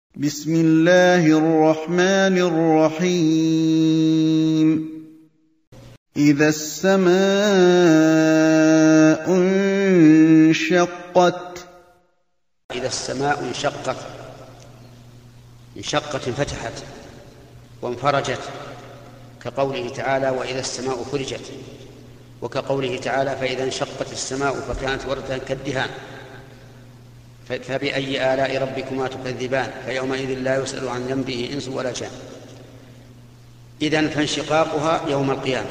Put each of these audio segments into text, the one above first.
بسم الله الرحمن الرحيم إذا السماء انشقت إذا السماء انشقت انفتحت وانفرجت، كقوله تعالى وإذا السماء فرجت، وكقوله تعالى فإذا انشقت السماء فكانت وردة كالدهان، فبأي آلاء ربكما تكذبان، فيومئذ لا يسأل عن ذنبه إنس ولا جان. إذن فانشقاقها يوم القيامة.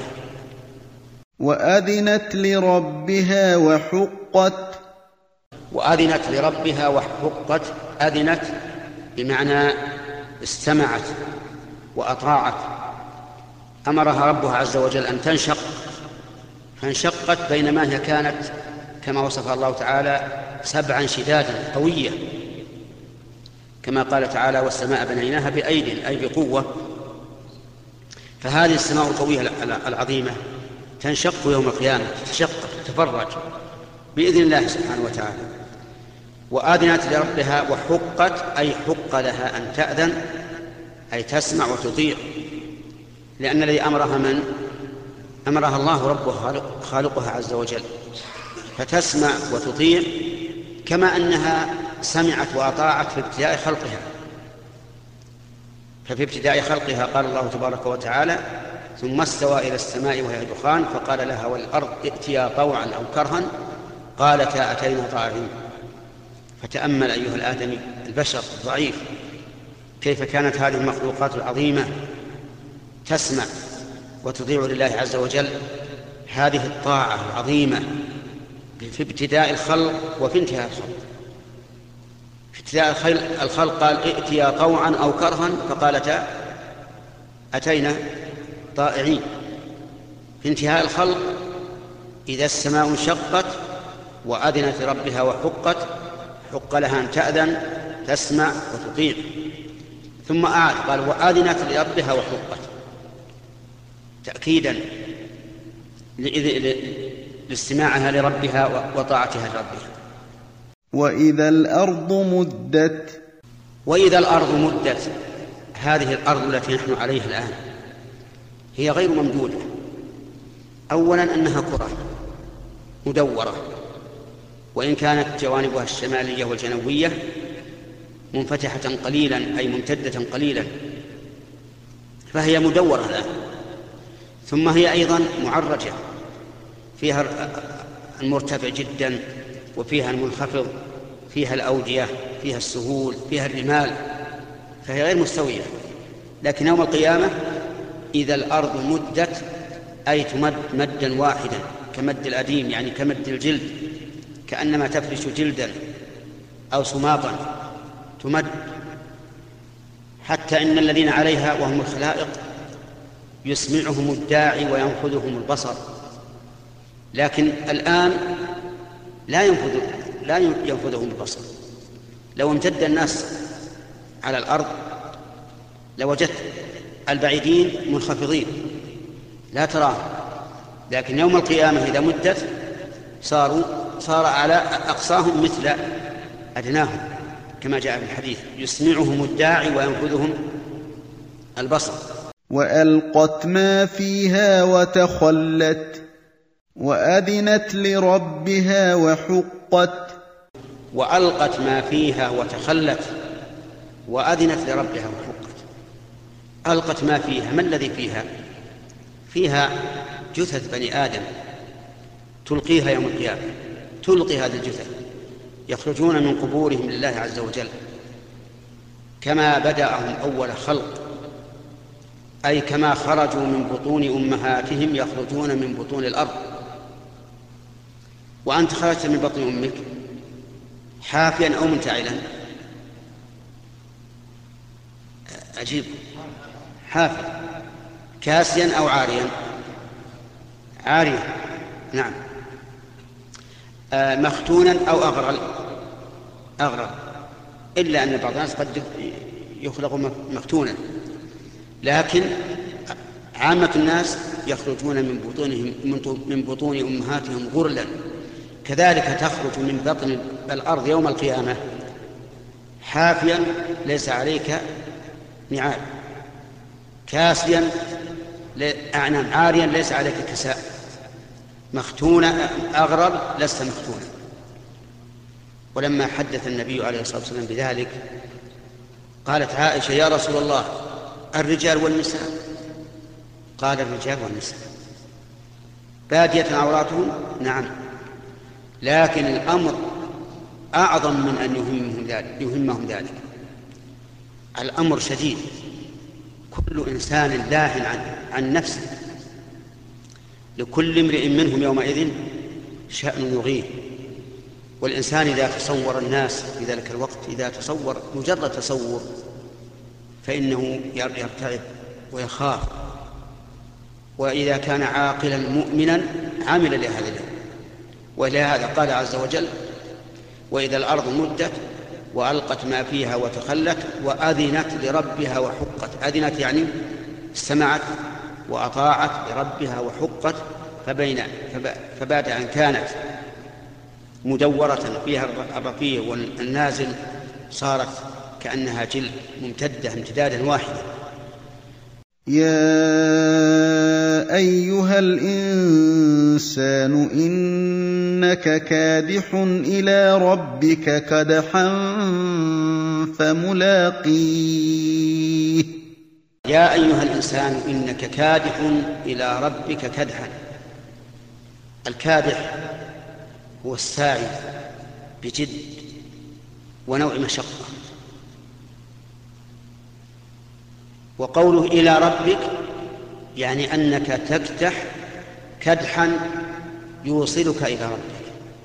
وأذنت لربها وحقت. وأذنت لربها وحقت. أذنت بمعنى استمعت وأطاعت، أمرها ربها عز وجل أن تنشق فانشقت، بينما هي كانت كما وصفها الله تعالى سبعا شدادا قوية، كما قال تعالى والسماء بنيناها بأيد أي بقوة. فهذه السماء القوية العظيمة تنشق يوم القيامة، تتشقق تتفرج بإذن الله سبحانه وتعالى. وآذنت لربها وحقت أي حق لها أن تأذن، أي تسمع وتطيع، لأن الذي أمرها من؟ أمرها الله ربها خالقها عز وجل، فتسمع وتطيع كما أنها سمعت وأطاعت في ابتداء خلقها. ففي ابتداء خلقها قال الله تبارك وتعالى ثم استوى إلى السماء وهي دخان فقال لها والأرض ائتيا طوعا أو كرها قالتا أتينا طائعين. فتأمل أيها الآدمي البشر الضعيف كيف كانت هذه المخلوقات العظيمة تسمع وتطيع لله عز وجل هذه الطاعة العظيمة في ابتداء الخلق وفي انتهاء الخلق. في ابتداء الخلق قال ائتيا طوعا أو كرها فقالتا أتينا طائعين. في انتهاء الخلق إذا السماء انشقت وأذنت لربها وحقت، حق لها أن تأذن تسمع وتطيع. ثم أعاد قال وأذنت لربها وحقت، تأكيدا لاستماعها لربها وطاعتها لربها. وإذا الأرض مدت. وإذا الأرض مدت، هذه الأرض التي نحن عليها الآن هي غير ممدودة. أولا أنها كرة مدورة، وإن كانت جوانبها الشمالية والجنوبية منفتحة قليلا أي ممتدة قليلا، فهي مدورة الآن. ثم هي أيضا معرجة، فيها المرتفع جدا وفيها المنخفض، فيها الأودية، فيها السهول، فيها الرمال، فهي غير مستوية. لكن يوم القيامة إذا الأرض مدت أي تمد مدا واحدا كمد الأديم، يعني كمد الجلد، كأنما تفرش جلدا أو سماطا تمد، حتى إن الذين عليها وهم الخلائق يسمعهم الداعي وينفذهم البصر. لكن الآن لا ينفذهم البصر. لو امتد الناس على الأرض لوجدت البعيدين منخفضين لا تراهم، لكن يوم القيامة إذا مدت صار على أقصاهم مثل أدناهم، كما جاء في الحديث يسمعهم الداعي وينفذهم البصر. وألقت ما فيها وتخلت. وأذنت لربها وحقت. وألقت ما فيها وتخلت وأذنت لربها وحقت. ألقت ما فيها، ما الذي فيها؟ فيها جثث بني آدم تلقيها يوم القيامة، تلقي هذه الجثث، يخرجون من قبورهم لله عز وجل كما بدأهم أول خلق، أي كما خرجوا من بطون أمهاتهم يخرجون من بطون الأرض. وأنت خرجت من بطن أمك حافيا أو منتعلا؟ أجيب، حافيا. كاسيا أو عاريا؟ عاريا، نعم. مختونا أو أغرل، إلا أن بعض الناس قد يخلق مختونا، لكن عامة الناس يخرجون من بطون أمهاتهم غرلا. كذلك تخرج من بطن الأرض يوم القيامة حافيا ليس عليك نعال، كاسيا عاريا ليس عليك كساء، مختونا أغرل لست مختونا. ولما حدث النبي عليه الصلاة والسلام بذلك قالت عائشة: يا رسول الله، الرجال والنساء؟ قال: الرجال والنساء بادية عوراتهم، نعم، لكن الأمر أعظم من أن يهمهم ذلك. الأمر شديد، كل إنسان لاهٍ عن نفسه، لكل امرئ منهم يومئذ شأن يغيه. والإنسان إذا تصور الناس في ذلك الوقت، إذا تصور مجرد تصور، فإنه يرتعب ويخاف. وإذا كان عاقلا مؤمنا عمل لهذا اليوم. ولهذا قال عز وجل: وإذا الأرض مدت وألقت ما فيها وتخلت وأذنت لربها وحقت. أذنت يعني استمعت وأطاعت لربها وحقت. فبعد أن كانت مدورة فيها الرفيع والنازل صارت كأنها جلد ممتدة امتدادا واحدا. يا أيها الإنسان إنك كادح إلى ربك كدحا فملاقيه. يا أيها الإنسان إنك كادح إلى ربك كدحا. الكادح هو الساعي بجد ونوع مشقة. وقوله إلى ربك يعني أنك تكدح كدحا يوصلك إلى ربك.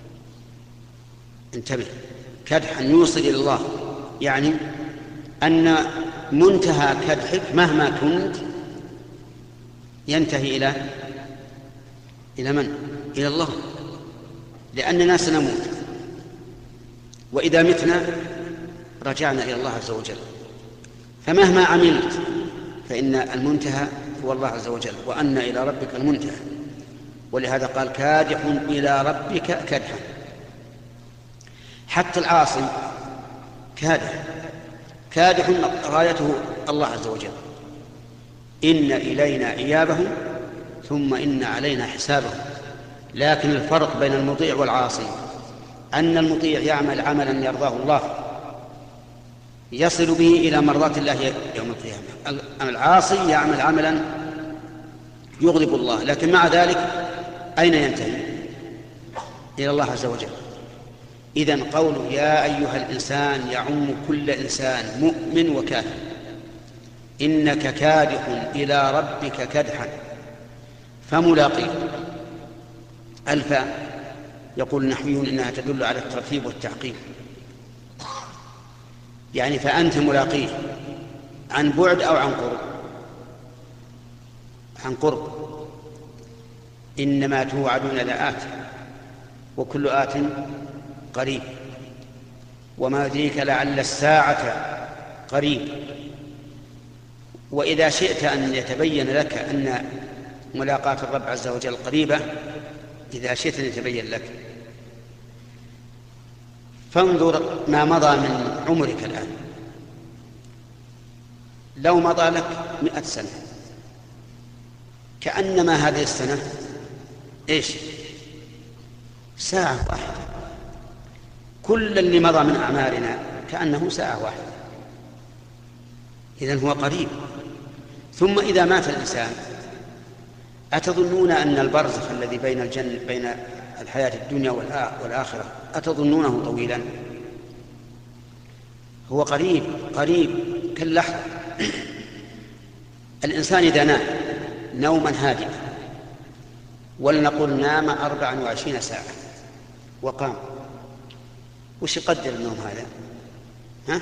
انتبه، كدحا يوصل إلى الله، يعني أن منتهى كدحك مهما كنت ينتهي إلى من؟ إلى الله، لأننا سنموت، وإذا متنا رجعنا إلى الله عز وجل. فمهما عملت فإن المنتهى هو الله عز وجل، وأن إلى ربك المنتهى. ولهذا قال: كادح إلى ربك كدحا. حتى العاصي كادح غايته الله عز وجل. إن إلينا إيابهم ثم إن علينا حسابهم. لكن الفرق بين المطيع والعاصي أن المطيع يعمل عملا يرضاه الله يصل به إلى مرضات الله يوم القيامة. أما العاصي يعمل عملا يغضب الله، لكن مع ذلك أين ينتهي؟ إلى الله عز وجل. إذن قوله يا أيها الإنسان يعم كل إنسان مؤمن وكافر. إنك كادح إلى ربك كدحا فملاقيه. الفاء يقول النحويون إنها تدل على الترتيب والتعقيب، يعني فأنت ملاقيه عن بعد أو عن قرب. عن قرب. إنما توعدون لآت وكل آت قريب وما يدريك لعل الساعة قريب. وإذا شئت أن يتبين لك أن ملاقاة الرب عز وجل قريبة، إذا شئت أن يتبين لك فانظر ما مضى من عمرك الآن. لو مضى لك 100 سنة كأنما هذه السنة ساعة واحدة. كل اللي مضى من أعمارنا كأنه ساعة واحدة. إذن هو قريب. ثم إذا مات الإنسان أتظنون أن البرزخ الذي بين الحياة الدنيا والآخرة أتظنونه طويلا؟ هو قريب كاللحظة. الإنسان إذا نام نوما هادئا، ولنقل نام 24 ساعة وقام، وش يقدر النوم هذا؟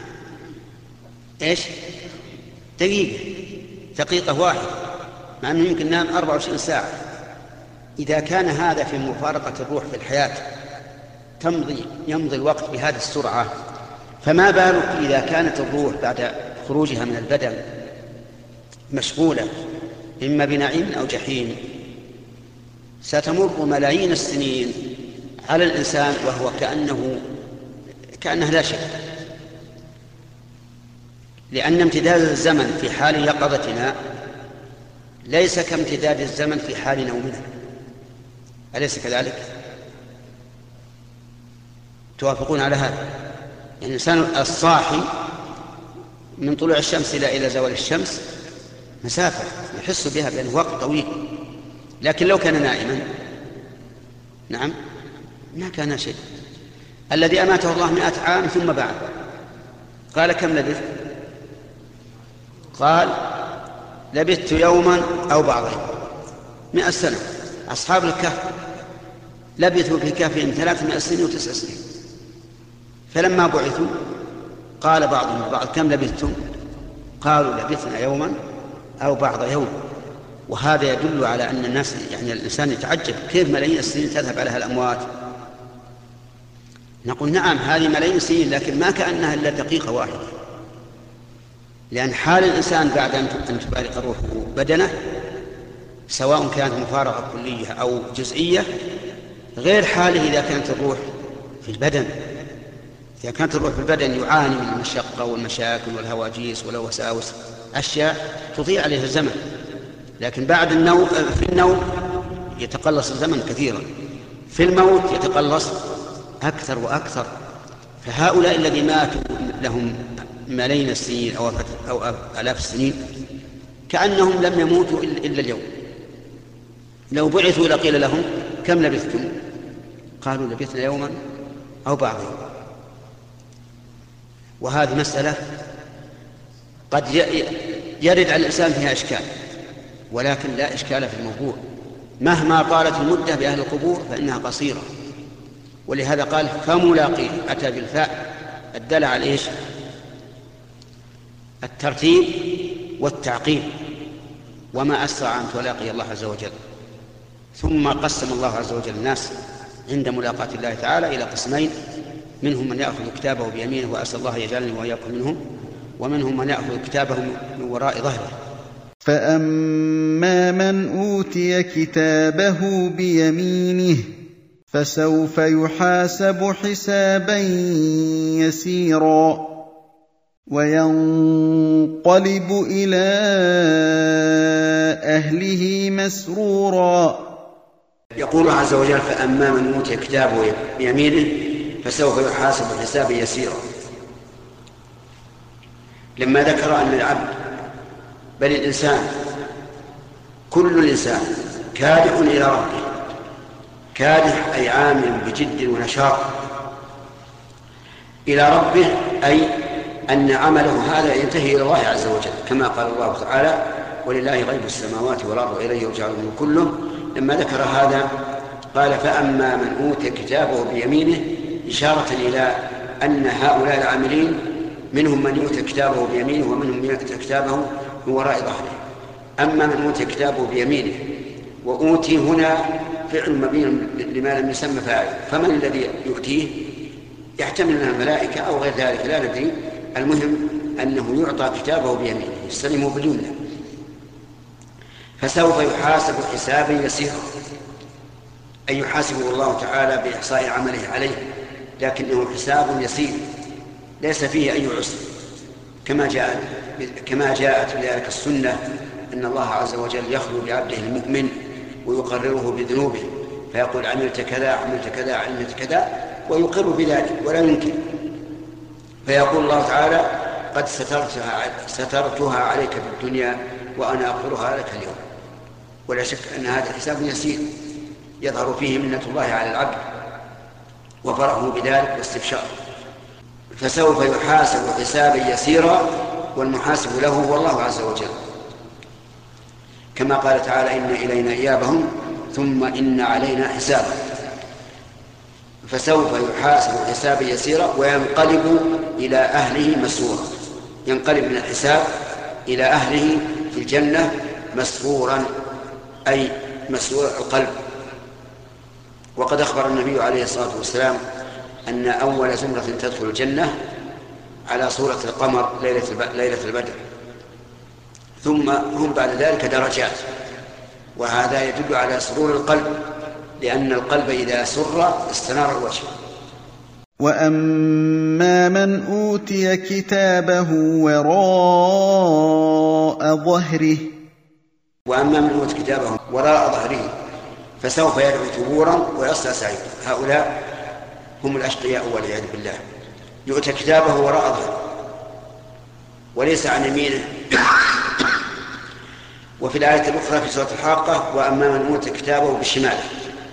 دقيقة واحدة، مع أنه يمكن نام 24 ساعة. إذا كان هذا في مفارقة الروح في الحياة يمضي الوقت بهذه السرعة، فما بالك إذا كانت الروح بعد خروجها من البدن مشغولة إما بنعيم أو جحيم؟ ستمر ملايين السنين على الإنسان وهو كأنه لا شيء. لأن امتداد الزمن في حال يقظتنا ليس كامتداد الزمن في حال نومنا، أليس كذلك؟ توافقون على هذا؟ يعني الإنسان الصاحي من طلوع الشمس إلى زوال الشمس مسافة يحس بها بأنه وقت طويل، لكن لو كان نائما نعم ما كان شيء. الذي أماته الله 100 عام ثم بعد قال كم لبثت؟ قال لبثت يوما أو بعض يوم 100 سنة. أصحاب الكهف لبثوا في كهفهم 300 سنة و9 سنين، فلما بعثوا قال بعضهم البعض كم لبثتم؟ قالوا لبثنا يوما أو بعض يوم. وهذا يدل على أن الناس يعني الإنسان يتعجب كيف ملايين السنين تذهب عليها الأموات. نقول نعم هذه ملايين السنين، لكن ما كأنها إلا دقيقة واحدة، لأن حال الإنسان بعد أن تفارق روحه بدنه سواء كانت مفارقة كلية أو جزئية غير حاله إذا كانت الروح في البدن. إذا كانت الروح في البدن يعاني من المشقة والمشاكل والهواجيس والوساوس، أشياء تضيع عليه الزمن، لكن بعد النوم في النوم يتقلص الزمن كثيرا، في الموت يتقلص أكثر وأكثر. فهؤلاء الذين ماتوا لهم ملايين السنين أو آلاف السنين كأنهم لم يموتوا إلا اليوم. لو بعثوا لقيل لهم كم لبثتم؟ قالوا لبثنا يوما أو بعض يوم. وهذه مسألة قد يرد على الإنسان فيها إشكال، ولكن لا إشكال في الموضوع. مهما طالت المدة بأهل القبور فإنها قصيرة، ولهذا قال فملاقيه، أتى بالفاء الدل على إيش؟ الترتيب والتعقيب، وما أسرع أن تلاقي الله عز وجل. ثم قسم الله عز وجل الناس عند ملاقاة الله تعالى إلى قسمين: منهم من يأخذ كتابه بيمينه، وأسأل الله يجعلني وإياكم منهم، ومنهم من يأخذ كتابه من وراء ظهره. فأما من أوتي كتابه بيمينه فسوف يحاسب حسابا يسيرا وينقلب إلى أهله مسرورا. يقول الله عز وجل: فأما من أوتي كتابه بيمينه فسوف يحاسب حسابا يسيرا. لما ذكر أن العبد بل الإنسان كل الإنسان كادح إلى ربه، كادح أي عامل بجد ونشاط إلى ربه، أي أن عمله هذا ينتهي إلى الله عز وجل، كما قال الله تعالى: ولله غيب السماوات والأرض وإليه يرجع الأمر كله. لما ذكر هذا قال: فأما من أوتي كتابه بيمينه، إشارة إلى أن هؤلاء العاملين منهم من يؤتى كتابه بيمينه ومنهم من يؤتى كتابه من وراء ظهره. أما من أوتي كتابه بيمينه، وأوتي هنا فعل مبين لما لم يسمى فاعل، فمن الذي يؤتيه؟ يحتمل أنها الملائكة أو غير ذلك، لا ندري. المهم أنه يعطى كتابه بيمينه، يستلمه باليمنى. فسوف يحاسب حسابا يسيرا، أي يحاسبه الله تعالى بإحصاء عمله عليه، لكنه حساب يسير ليس فيه أي عسر، كما جاءت بذلك السنة أن الله عز وجل يخلو بعبده المؤمن ويقرره بذنوبه، فيقول: عملت كذا عملت كذا عملت كذا، ويقر بذلك ولا ينكر، فيقول الله تعالى: قد سترتها عليك في الدنيا وأنا أغفرها لك اليوم. ولا شك أن هذا حساب يسير يظهر فيه منة الله على العبد وفرحه بذلك واستبشاره. فسوف يحاسب حسابا يسيرا، والمحاسب له هو الله عز وجل، كما قال تعالى: إن إلينا إيابهم ثم إن علينا حسابا. فسوف يحاسب حسابا يسيرا وينقلب إلى أهله مسرورا، ينقلب من الحساب إلى أهله في الجنة مسرورا، أي مسرور القلب. وقد أخبر النبي عليه الصلاة والسلام أن أول زمرة تدخل الجنة على صورة القمر ليلة البدر، ثم هم بعد ذلك درجات، وهذا يدل على سرور القلب، لأن القلب إذا سر استنار الوجه. وأما من أوتي كتابه وراء ظهره وأما من أوتي كتابه وراء ظهره فسوف يدعو ثبورا ويصلى سعيرا. هؤلاء هم الأشقياء والعياذ بالله. يؤتى كتابه وراء ظهره وليس عن يمينه. وفي الآية الأخرى في سورة الحاقة وأما من أوتي كتابه بشماله.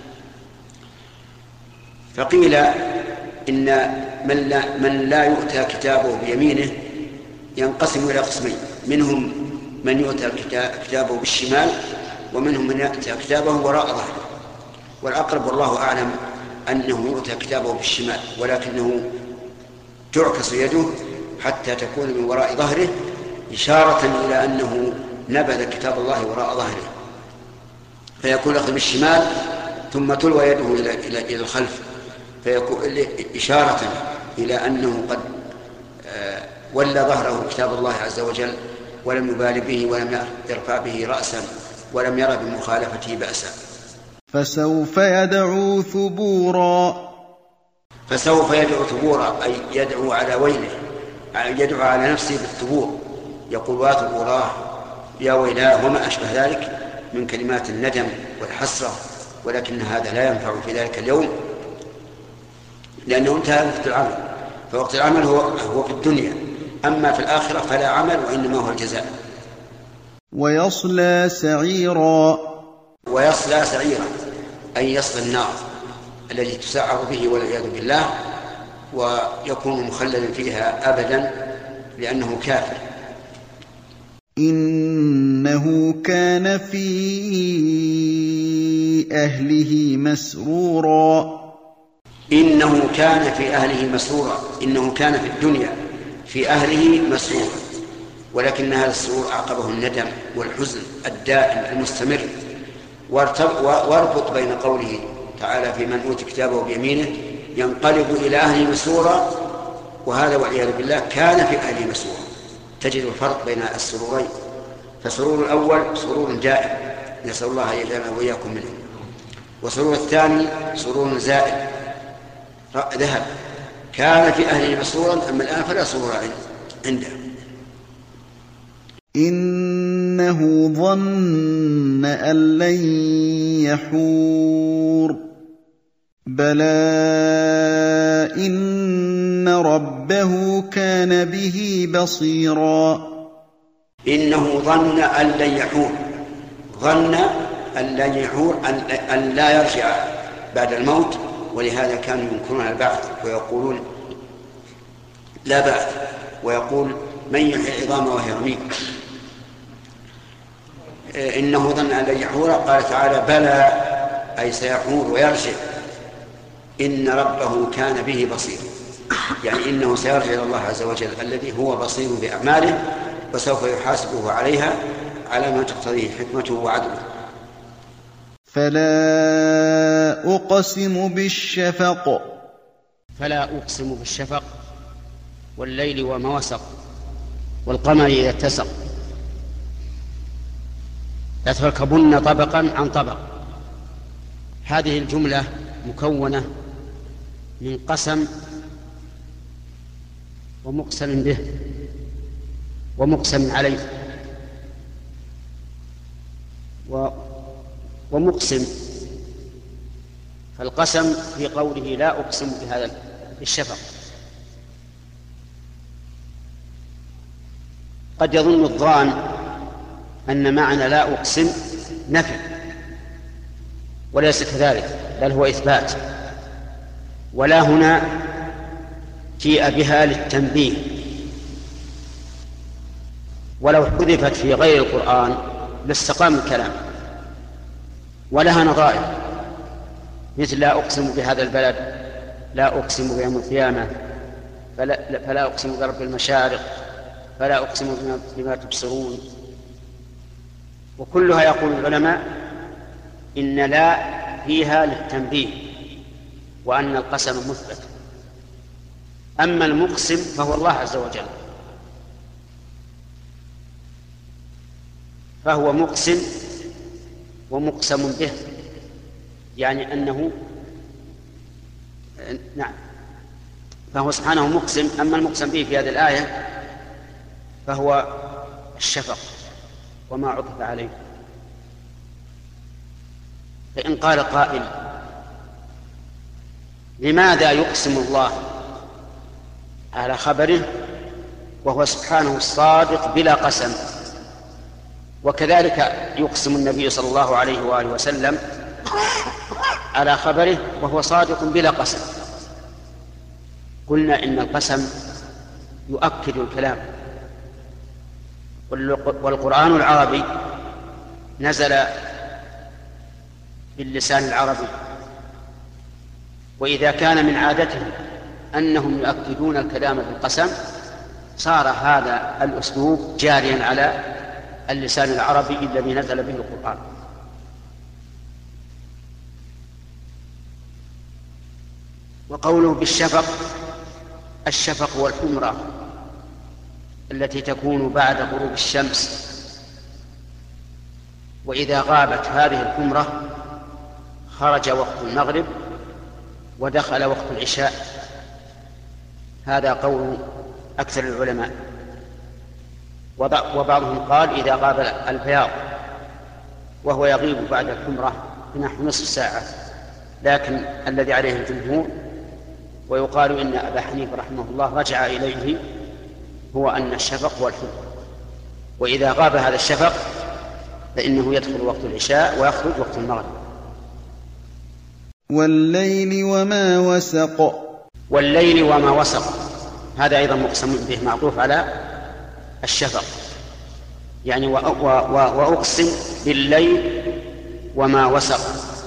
فقيل إن من لا يؤتى كتابه بيمينه ينقسم إلى قسمين، منهم من يؤتى كتابه بالشمال ومنهم من يؤتى كتابه وراء ظهره. والأقرب والله أعلم أنه يؤتى كتابه بالشمال، ولكنه تعكس يده حتى تكون من وراء ظهره إشارة إلى أنه نبذ كتاب الله وراء ظهره، فيكون أخذ بالشمال ثم تلوى يده إلى الخلف، فيكون إشارة إلى أنه قد ولى ظهره كتاب الله عز وجل ولم يبال به ولم يرفع به رأسا ولم يرى بمخالفته بأسا. فسوف يدعو ثبورا. فسوف يدعو ثبورا أي يدعو على ويله، يدعو على نفسه بالثبور، يقول واثبوراه يا ويلاه وما أشبه ذلك من كلمات الندم والحسرة، ولكن هذا لا ينفع في ذلك اليوم لأنه انتهى وقت العمل. فوقت العمل هو في الدنيا، أما في الآخرة فلا عمل وإنما هو الجزاء. ويصلى سعيرا. ويصلى سعيرا أي يصلى النار التي تسعر به والعياذ بالله، ويكون مخلدا فيها أبدا لأنه كافر. إنه كان في أهله مسرورا. إنه كان في أهله مسرورا، إنه كان في الدنيا في أهله مسرورا، ولكن هذا السرور أعقبه الندم والحزن الدائم المستمر. واربط بين قوله تعالى في من أوتي كتابه بيمينه ينقلب إلى أهله مسرورا، وهذا والعياذ بالله كان في أهله مسرورا. تجد الفرق بين السرورين، فسرور الأول سرور دائم نسأل الله أن يجعلنا وإياكم منه، وسرور الثاني سرور زائل ذهب. كان في أهله مسرورا، أما الآن فلا سرور عنده. إنه ظن أن لن يحور بلى إن ربه كان به بصيرا. إنه ظن أن لن يحور، ظن أن لن يحور، أن لا يرجع بعد الموت، ولهذا كانوا ينكرون البعث ويقولون لا بعث، ويقول من يحيي العظام وهي رميم. إنه ظن أن لن يحور، قال تعالى بلى أي سيحور ويرجع، إن ربه كان به بصير، يعني إنه سيرجع إلى الله عز وجل الذي هو بصير بأعماله، وسوف يحاسبه عليها على ما تقتضيه حكمته وعدله. فلا أقسم بالشفق. فلا أقسم بالشفق والليل وما وسق والقمر إذا اتسق لتركبن طبقا عن طبق. هذه الجملة مكونة من قسم ومقسم به ومقسم عليه ومقسم. فالقسم في قوله لا أقسم بهذا الشفق. قد يظن الظان أن معنى لا أقسم نفي، وليس كذلك، بل هو إثبات. ولا هنا جيء بها للتنبيه، ولو حذفت في غير القرآن لاستقام الكلام. ولها نظائر مثل لا أقسم بهذا البلد، لا أقسم بيوم القيامة، فلا أقسم برب المشارق، فلا أقسم بما تبصرون. وكلها يقول العلماء إن لا فيها للتنبيه، وأن القسم مثبت. أما المقسم فهو الله عز وجل، فهو مقسم ومقسم به، يعني أنه نعم فهو سبحانه مقسم. أما المقسم به في هذه الآية فهو الشفق وما عطف عليه. فإن قال قائل: لماذا يقسم الله على خبره وهو سبحانه الصادق بلا قسم، وكذلك يقسم النبي صلى الله عليه وآله وسلم على خبره وهو صادق بلا قسم؟ قلنا إن القسم يؤكد الكلام، والقرآن العربي نزل باللسان العربي، وإذا كان من عادتهم أنهم يؤكدون الكلام بالقسم صار هذا الأسلوب جاريا على اللسان العربي الذي نزل به القرآن. وقوله بالشفق، الشفق هو الحمرة التي تكون بعد غروب الشمس، وإذا غابت هذه الحمرة خرج وقت المغرب ودخل وقت العشاء. هذا قول أكثر العلماء. وبعضهم قال إذا غاب البياض، وهو يغيب بعد الحمرة بنحو نصف ساعة، لكن الذي عليه الجمهور ويقال إن أبا حنيفة رحمه الله رجع إليه هو أن الشفق هو الحمرة، وإذا غاب هذا الشفق فإنه يدخل وقت العشاء ويخرج وقت المغرب. والليل وما وسق. والليل وما وسق هذا أيضا مقسم به معطوف على الشفق، يعني وأقسم بالليل وما وسق.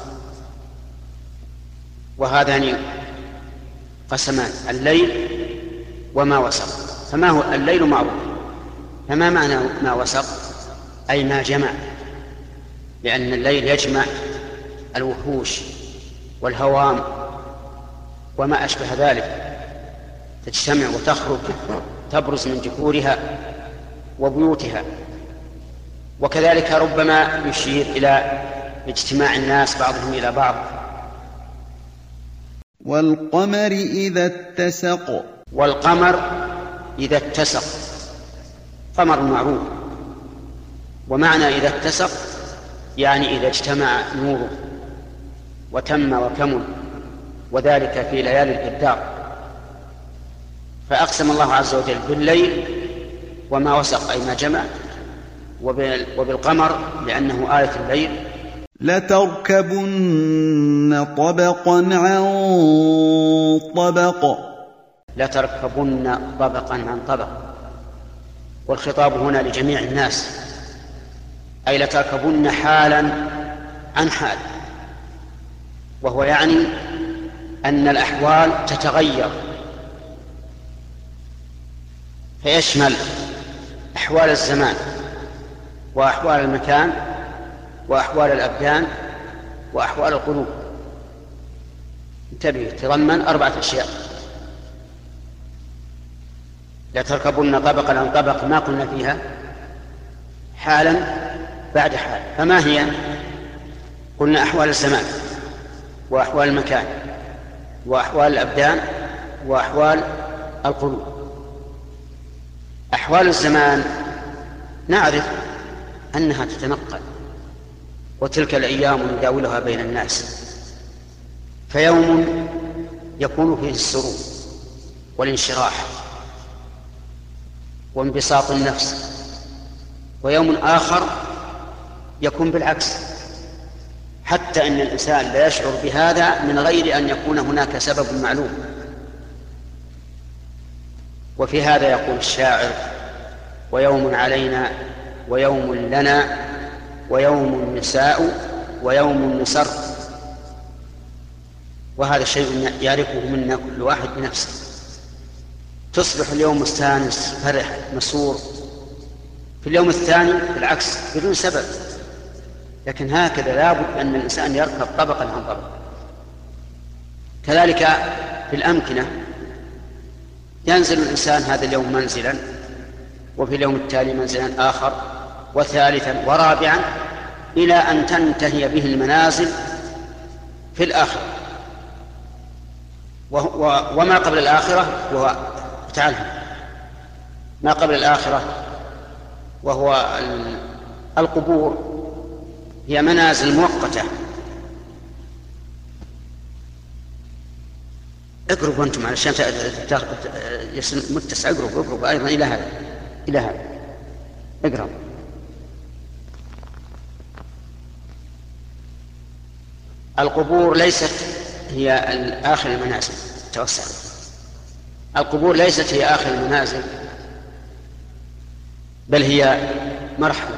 وهذان قسمان، الليل وما وسق. فما هو الليل؟ معروف، فما معنى ما وسق؟ أي ما جمع، لأن الليل يجمع الوحوش والهوام وما أشبه ذلك، تجتمع وتخرج تبرز من جحورها وبيوتها. وكذلك ربما يشير إلى اجتماع الناس بعضهم إلى بعض. والقمر إذا اتسق. والقمر إذا اتسق، قمر معروف، ومعنى إذا اتسق يعني إذا اجتمع نوره وتم وكمل، وذلك في ليالي الإبدار. فأقسم الله عز وجل بالليل وما وسق أي ما جمع، وبالقمر لأنه آية الليل. لتركبن طبقا عن طبق. لتركبن طبقا عن طبق، والخطاب هنا لجميع الناس، أي لتركبن حالا عن حال، وهو يعني أن الأحوال تتغير، فيشمل أحوال الزمان وأحوال المكان وأحوال الأبدان وأحوال القلوب. انتبه، تضمن 4 أشياء. لا تركبن طبقا عن طبق، ما قلنا فيها حالا بعد حال، فما هي؟ قلنا أحوال الزمان وأحوال المكان وأحوال الأبدان وأحوال القلوب. أحوال الزمان نعرف أنها تتنقل، وتلك الأيام نداولها بين الناس، فيوم يكون فيه السرور والانشراح وانبساط النفس، ويوم آخر يكون بالعكس، حتى أن الإنسان لا يشعر بهذا من غير أن يكون هناك سبب معلوم. وفي هذا يقول الشاعر: ويوم علينا ويوم لنا ويوم نساء ويوم نسر. وهذا شيء يعرفه منا كل واحد بنفسه. تصبح اليوم مستانس فرح مسرور، في اليوم الثاني بالعكس بدون سبب. لكن هكذا لابد أن الإنسان يركب طبقا عن طبق. كذلك في الأمكنة، ينزل الإنسان هذا اليوم منزلا، وفي اليوم التالي منزلا آخر، وثالثا ورابعا، إلى أن تنتهي به المنازل في الآخر. وما قبل الآخرة وهو تعالى ما قبل الآخرة وهو القبور هي منازل مؤقتة. اقربوا أنتم علشان متسع. اقربوا أيضا إلى هذا اقرب. القبور ليست هي آخر المنازل. توسع. القبور ليست هي آخر المنازل، بل هي مرحلة.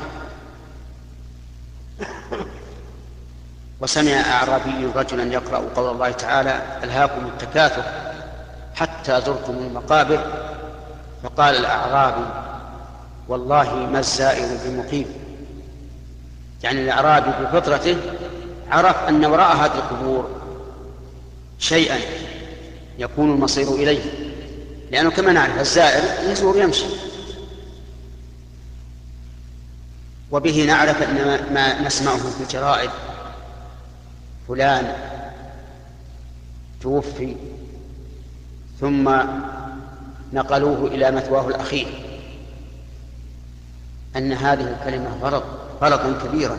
وسمع أعرابي رجلا يقرأ قول الله تعالى: ألهاكم التكاثر حتى زرتم المقابر، فقال الأعرابي: والله ما الزائر بمقيم. يعني الأعرابي بفطرته عرف أن وراء هذه القبور شيئا يكون المصير إليه، لأنه كما نعرف الزائر يزور يمشي. وبه نعرف أن ما نسمعه في الجرائد: فلان توفي ثم نقلوه إلى مثواه الأخير، أن هذه الكلمة غلطا كبيرا،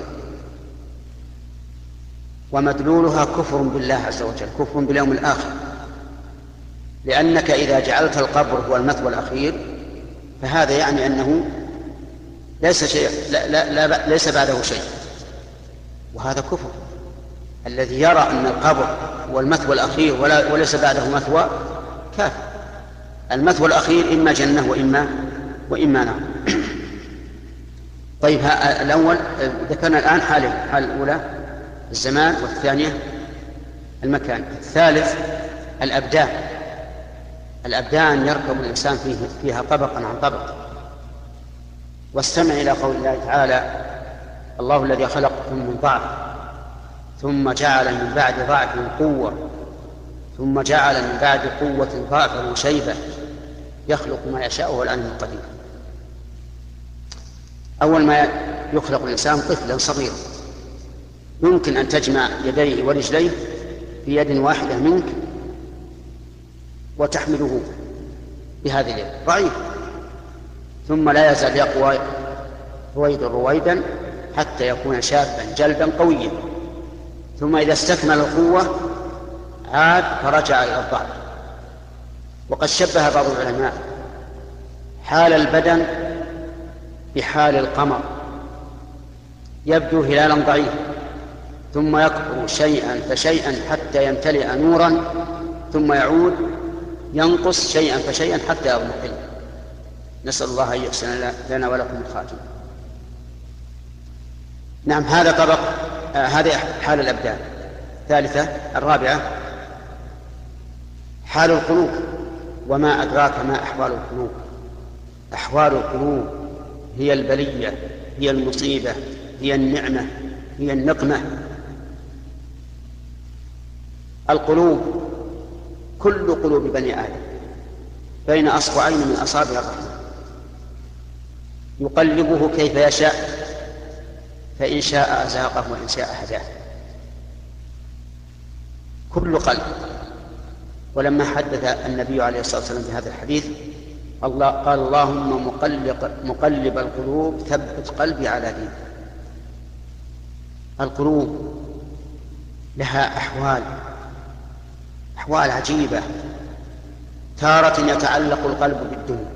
ومدلولها كفر بالله عز وجل، كفر باليوم الآخر. لأنك إذا جعلت القبر هو المثوى الأخير فهذا يعني أنه ليس بعده شيء، وهذا كفر. الذي يرى أن القبر هو المثوى الأخير وليس بعده مثوى كافر. المثوى الأخير إما جنة وإما نار. طيب، الأول ذكرنا الآن حالين: الحالة الأولى الزمان، والثانية المكان. الثالث الأبدان يركب الإنسان فيها طبقا عن طبق. واستمع إلى قول الله تعالى: الله الذي خلقكم من ضعف ثم جعل من بعد ضعف قوة ثم جعل من بعد قوة ضعفا وشيبة يخلق ما يشاء وهو العليم القدير. أول ما يخلق الإنسان طفلا صغيرا، يمكن أن تجمع يديه ورجليه في يد واحدة منك وتحمله بهذه اليد، ضعيف، ثم لا يزال يقوى رويدا حتى يكون شابا جلدا قويا، ثم إذا استكمل القوة عاد فرجع إلى الضعف. وقد شبه بعض العلماء حال البدن بحال القمر، يبدو هلالا ضعيفا ثم يكبر شيئا فشيئا حتى يمتلئ نورا، ثم يعود ينقص شيئا فشيئا حتى يضمحل. نسأل الله أن يحسن لنا ولكم الخاتمة. نعم، هذا طبق، هذه حال الأبدان. ثالثة الرابعة حال القلوب. وما أدراك ما أحوال القلوب؟ أحوال القلوب هي البلية، هي المصيبة، هي النعمة، هي النقمة. القلوب كل قلوب بني آدم بين أصبعين من أصابع الرحمن، يقلبه كيف يشاء، فإن شاء أزاقه وإن شاء هداه. كل قلب. ولما حدث النبي عليه الصلاة والسلام بهذا الحديث قال: اللهم مقلب القلوب ثبت قلبي على دينك. القلوب لها أحوال عجيبة. تارة يتعلق القلب بالدنيا،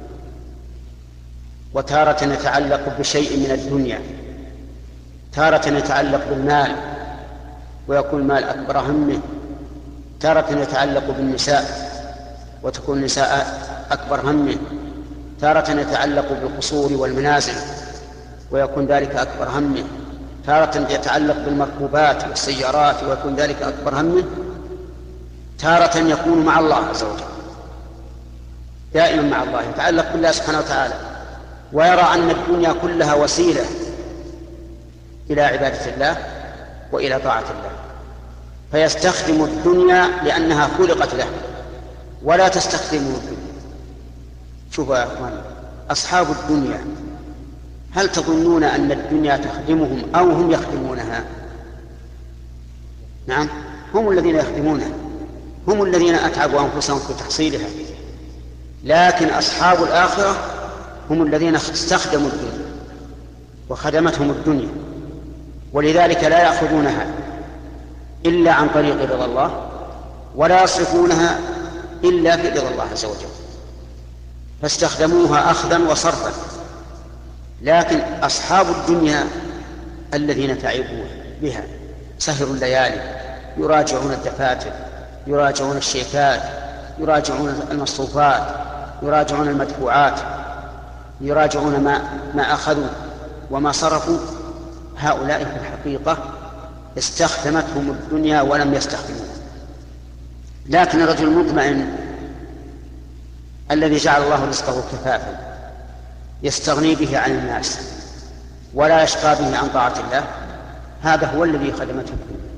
وتارة يتعلق بشيء من الدنيا، تارة يتعلق بالمال ويكون المال أكبر همه، تارة يتعلق بالنساء وتكون النساء أكبر همه، تارة يتعلق بالقصور والمنازل ويكون ذلك أكبر همه، تارة يتعلق بالمركوبات والسيارات ويكون ذلك أكبر همه، تارة يكون مع الله عز وجل، دائما مع الله، يتعلق بالله سبحانه وتعالى، ويرى أن الدنيا كلها وسيلة إلى عبادة الله وإلى طاعة الله، فيستخدم الدنيا لأنها خلقت له ولا تستخدمه الدنيا. شوفوا يا أخواني، أصحاب الدنيا هل تظنون أن الدنيا تخدمهم أو هم يخدمونها؟ نعم، هم الذين يخدمونها، هم الذين أتعبوا أنفسهم في تحصيلها، لكن أصحاب الآخرة هم الذين استخدموا الدنيا وخدمتهم الدنيا، ولذلك لا يأخذونها إلا عن طريق رضا الله، ولا يصرفونها إلا في رضا الله عز وجل، فاستخدموها أخذا وصرفا. لكن أصحاب الدنيا الذين تعبوا بها سهروا الليالي، يراجعون الدفاتر، يراجعون الشيكات، يراجعون المصروفات، يراجعون المدفوعات، يراجعون ما أخذوا وما صرفوا، هؤلاء في الحقيقة استخدمتهم الدنيا ولم يستخدموها. لكن الرجل المطمئن الذي جعل الله رزقه كفافا يستغني به عن الناس ولا يشقى به عن طاعة الله، هذا هو الذي خدمته الدنيا.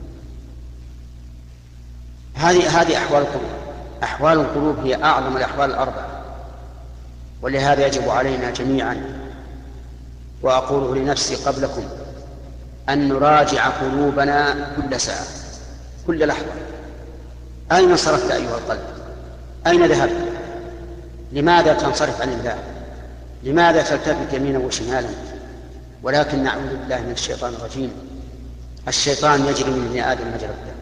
هذه أحوال القلوب. أحوال القلوب هي أعظم الأحوال الأربعة، ولهذا يجب علينا جميعا، وأقوله لنفسي قبلكم، أن نراجع قلوبنا كل ساعة كل لحظة. أين صرفت أيها القلب؟ أين ذهبت؟ لماذا تنصرف عن الله؟ لماذا تلتفت يمينا وشمالا؟ ولكن نعوذ بالله من الشيطان الرجيم. الشيطان يجري من ابن آدم مجرى الدم،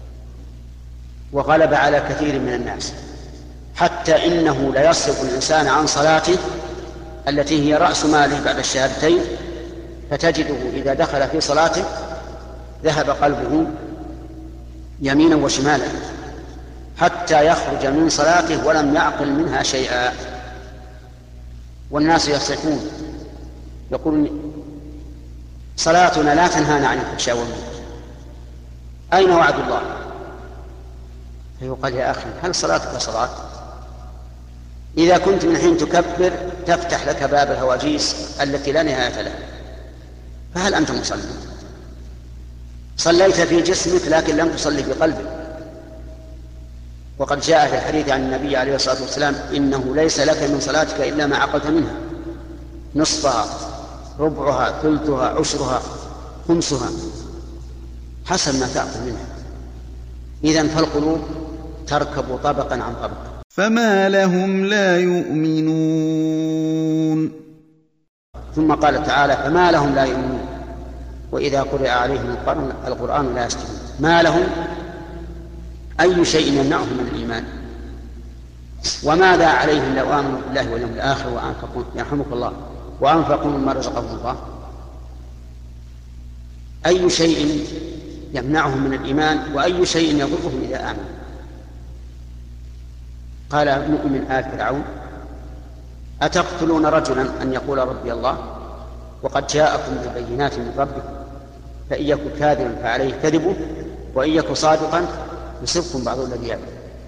وغلب على كثير من الناس، حتى إنه ليصرف الإنسان عن صلاته التي هي رأس ماله بعد الشهادتين، فتجده إذا دخل في صلاته ذهب قلبه يمينا وشمالا حتى يخرج من صلاته ولم يعقل منها شيئا. والناس يصرفون يقولون صلاتنا لا تنهانا عن الفحشاء والمنكر، أين وعد الله؟ فيقال يا أخي هل صلاتك صلاة؟ إذا كنت من حين تكبر تفتح لك باب الهواجيس التي لا نهاية لها، فهل أنت مصلي؟ صليت في جسمك لكن لم تصلي في قلبك. وقد جاء في الحديث عن النبي عليه الصلاة والسلام: إنه ليس لك من صلاتك إلا ما عقلت منها، نصفها، ربعها، ثلثها، عشرها، خمسها، حسب ما تأخذ منها. إذن فالقلوب تركب طبقا عن طبق. فما لهم لا يؤمنون. ثم قال تعالى: فما لهم لا يؤمنون وإذا قرئ عليهم القرآن لا يسجدون. ما لهم أي شيء يمنعهم من الإيمان؟ وماذا عليهم لو آمنوا بالله واليوم الآخر وأنفقوا، يرحمك الله، وأنفقوا مما رزقهم الله؟ أي شيء يمنعهم من الإيمان وأي شيء يضرهم إذا آمنوا؟ قال مؤمن آل فرعون: أتقتلون رجلا أن يقول ربي الله وقد جاءكم بالبينات من ربكم فإن يكن كاذبا فعليه كذبه وإن يكن صادقا يصبكم بعض الذي يعمل.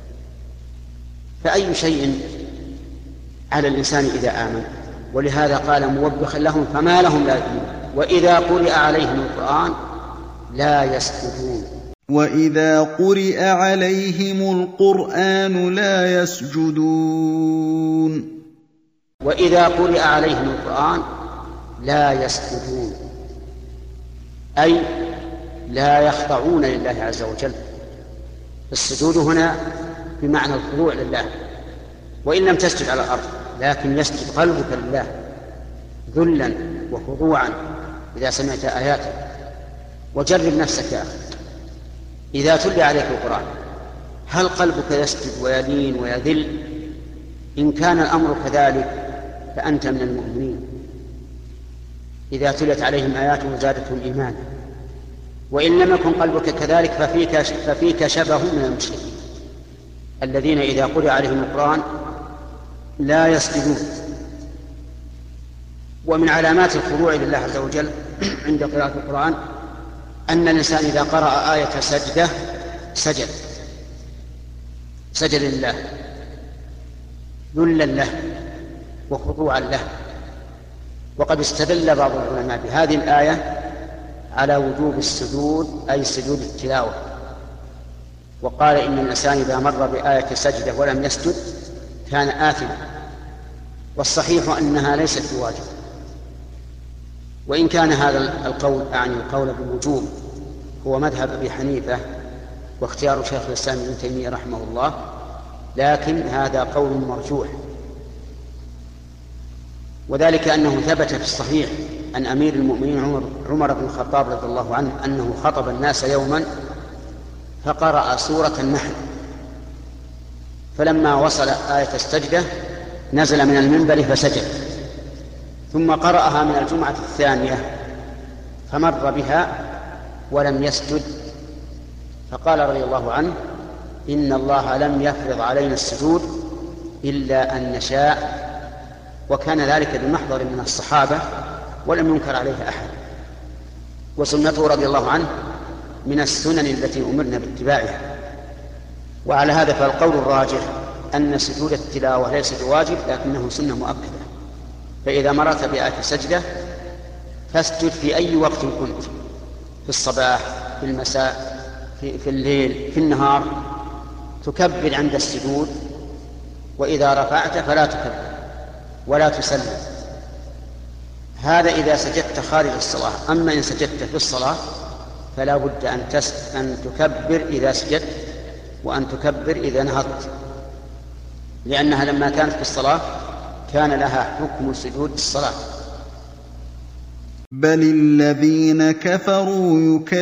فأي شيء على الإنسان إذا آمن؟ ولهذا قال موبخا لهم: فما لهم لا يؤمنون وإذا قرئ عليهم القرآن لا يسجدون. وإذا قرئ عليهم القرآن لا يسجدون. وإذا قرئ عليهم القرآن لا يسجدون، أي لا يخضعون لله عز وجل. السجود هنا بمعنى الخضوع لله، وإن لم تسجد على الأرض لكن يسجد قلبك لله ذلا وخضوعا إذا سمعت آياته. وجرب نفسك يا أخي، إذا تلي عليك القرآن هل قلبك يسجد ويلين ويذل؟ إن كان الأمر كذلك فأنت من المؤمنين. إذا تليت عليهم آياته زادتهم إيمانا. وإن لم يكن قلبك كذلك ففيك شبه من المشركين الذين إذا قرئ عليهم القرآن لا يسجدون. ومن علامات الخضوع لله عز وجل عند قراءة القرآن أن الإنسان إذا قرأ آية سجدة سجد لله ذلا له وخضوعا له. وقد استدل بعض العلماء بهذه الآية على وجوب السجود، أي سجود التلاوة، وقال إن الإنسان إذا مر بآية سجدة ولم يسجد كان آثما. والصحيح أنها ليست بواجب، وإن كان هذا القول أعني القول بالوجوب هو مذهب أبي حنيفة واختيار شيخ الإسلام ابن تيمية رحمه الله، لكن هذا قول مرجوح، وذلك أنه ثبت في الصحيح عن أمير المؤمنين عمر بن الخطاب رضي الله عنه أنه خطب الناس يوما فقرأ سورة النحل، فلما وصل آية السجدة نزل من المنبر فسجد، ثم قرأها من الجمعة الثانية فمر بها ولم يسجد، فقال رضي الله عنه: إن الله لم يفرض علينا السجود إلا أن نشاء، وكان ذلك بمحضر من الصحابة ولم ينكر عليه أحد، وسنته رضي الله عنه من السنن التي أمرنا باتباعها. وعلى هذا فالقول الراجح أن سجود التلاوة ليس بواجب لكنه سنة مؤكدة، فإذا مررت بآية سجدة فاسجد في أي وقت كنت، في الصباح، في المساء، في الليل، في النهار، تكبر عند السجود، وإذا رفعت فلا تكبر ولا تسلم. هذا إذا سجدت خارج الصلاة. أما إن سجدت في الصلاة فلا بد أن تكبر إذا سجدت وأن تكبر إذا نهضت، لأنها لما كانت في الصلاة كان لها حكم سجود الصلاة. بل الذين كفروا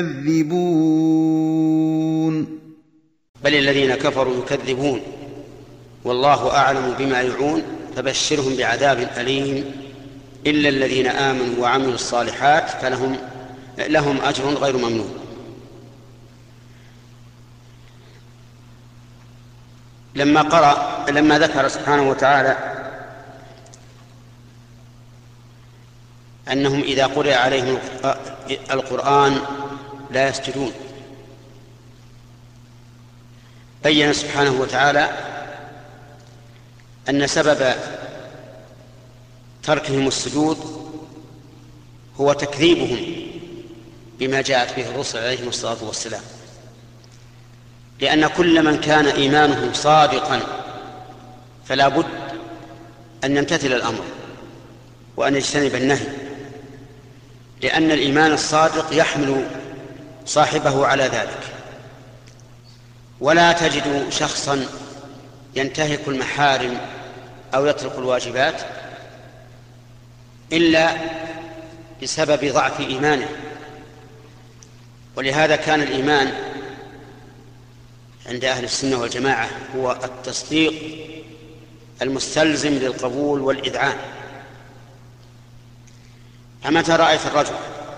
يكذبون. بل الذين كفروا يكذبون والله أعلم بما يوعون فبشرهم بعذاب أليم إلا الذين آمنوا وعملوا الصالحات فلهم أجر غير ممنون. لما ذكر سبحانه وتعالى أنهم إذا قرئ عليهم القرآن لا يسجدون، بين سبحانه وتعالى أن سبب تركهم السجود هو تكذيبهم بما جاءت به الرسل عليهم الصلاة والسلام، لأن كل من كان إيمانه صادقا فلا بد أن يمتثل الأمر وأن يجتنب النهي، لأن الإيمان الصادق يحمل صاحبه على ذلك. ولا تجد شخصا ينتهك المحارم أو يترك الواجبات إلا بسبب ضعف إيمانه. ولهذا كان الإيمان عند أهل السنة والجماعة هو التصديق المستلزم للقبول والإذعان. فمتى رأيت الرجل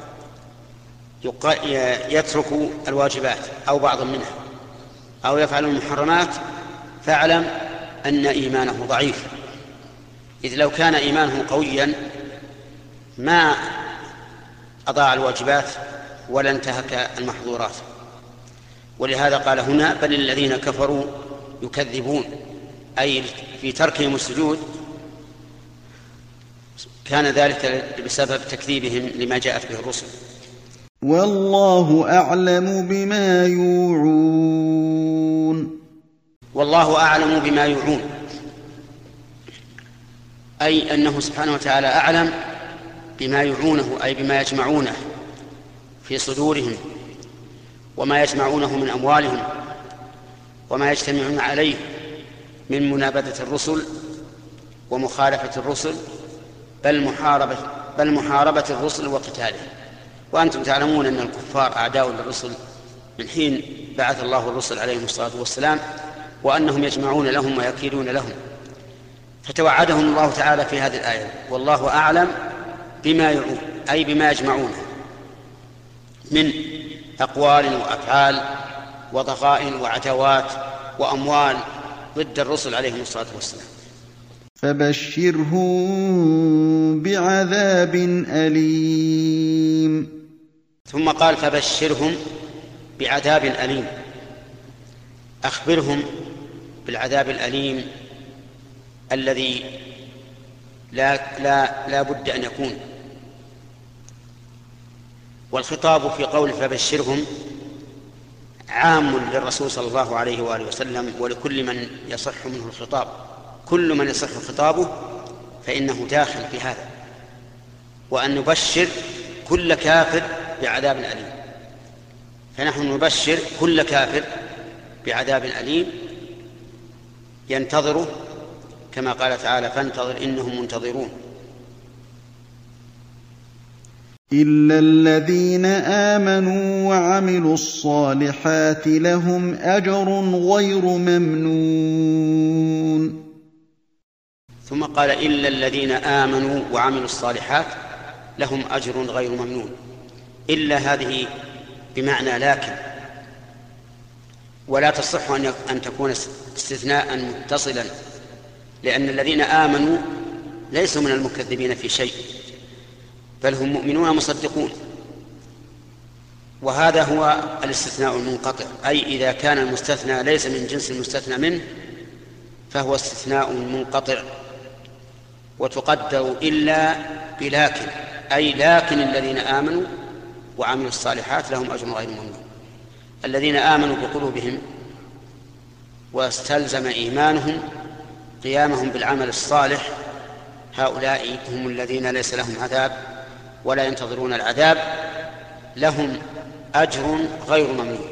يترك الواجبات أو بعضا منها أو يفعل المحرمات فاعلم أن إيمانه ضعيف، إذ لو كان إيمانه قويا ما أضاع الواجبات ولا انتهك المحظورات. ولهذا قال هنا: بل الذين كفروا يكذبون، أي في تركهم السجود كان ذلك بسبب تكذيبهم لما جاءت به الرسل. والله أعلم بما يوعون. والله أعلم بما يوعون، أي أنه سبحانه وتعالى أعلم بما يوعونه، أي بما يجمعونه في صدورهم وما يجمعونه من أموالهم وما يجتمعون عليه من منابذة الرسل ومخالفة الرسل بل محاربة الرسل وقتالهم. وأنتم تعلمون أن الكفار أعداء للرسل من حين بعث الله الرسل عليهم الصلاة والسلام، وأنهم يجمعون لهم ويكيدون لهم، فتوعدهم الله تعالى في هذه الآية: والله أعلم بما يوعون، أي بما يجمعونه من أقوال وأفعال وضغائن وعتوات وأموال ضد الرسل عليهم الصلاة والسلام. فبشرهم بعذاب أليم. ثم قال: فبشرهم بعذاب أليم، أخبرهم بالعذاب الأليم الذي لا بد أن يكون. والخطاب في قول فبشرهم عام للرسول صلى الله عليه وآله وسلم ولكل من يصح منه الخطاب. كل من يصح خطابه فإنه داخل في هذا، وأن نبشر كل كافر بعذاب أليم. فنحن نبشر كل كافر بعذاب أليم ينتظره، كما قال تعالى: فانتظر إنهم منتظرون. إلا الذين آمنوا وعملوا الصالحات لهم أجر غير ممنون. ثم قال: إلا الذين آمنوا وعملوا الصالحات لهم أجر غير ممنون. إلا هذه بمعنى لكن، ولا تصح أن تكون استثناء متصلا، لأن الذين آمنوا ليسوا من المكذبين في شيء، بل هم مؤمنون مصدقون. وهذا هو الاستثناء المنقطع، أي إذا كان المستثنى ليس من جنس المستثنى منه فهو استثناء منقطع. وتقدر إلا بلكن، أي لكن الذين آمنوا وعملوا الصالحات لهم أجر غير ممنون. الذين آمنوا بقلوبهم واستلزم إيمانهم قيامهم بالعمل الصالح، هؤلاء هم الذين ليس لهم عذاب ولا ينتظرون العذاب، لهم أجر غير ممنون.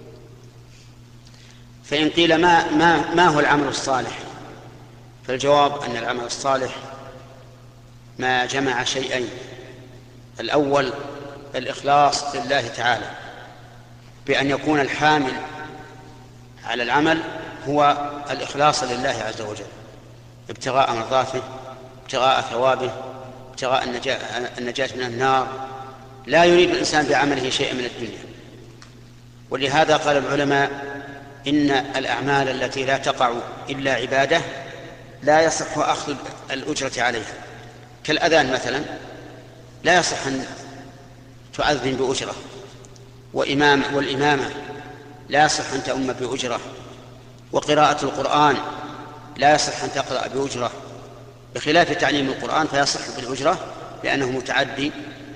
فإن قيل ما هو العمل الصالح؟ فالجواب أن العمل الصالح ما جمع شيئين: الأول الإخلاص لله تعالى، بأن يكون الحامل على العمل هو الإخلاص لله عز وجل، ابتغاء مرضاته، ابتغاء ثوابه، ابتغاء النجاة من النار، لا يريد الإنسان بعمله شيئا من الدنيا. ولهذا قال العلماء: إن الأعمال التي لا تقع إلا عبادة لا يصح أخذ الأجرة عليها، كالأذان مثلا لا يصح أن تؤذن بأجرة، والإمامة لا يصح أن تؤم بأجرة، وقراءة القرآن لا يصح أن تقرأ بأجرة، بخلاف تعليم القرآن فيصح بالأجرة لأنه متعدي،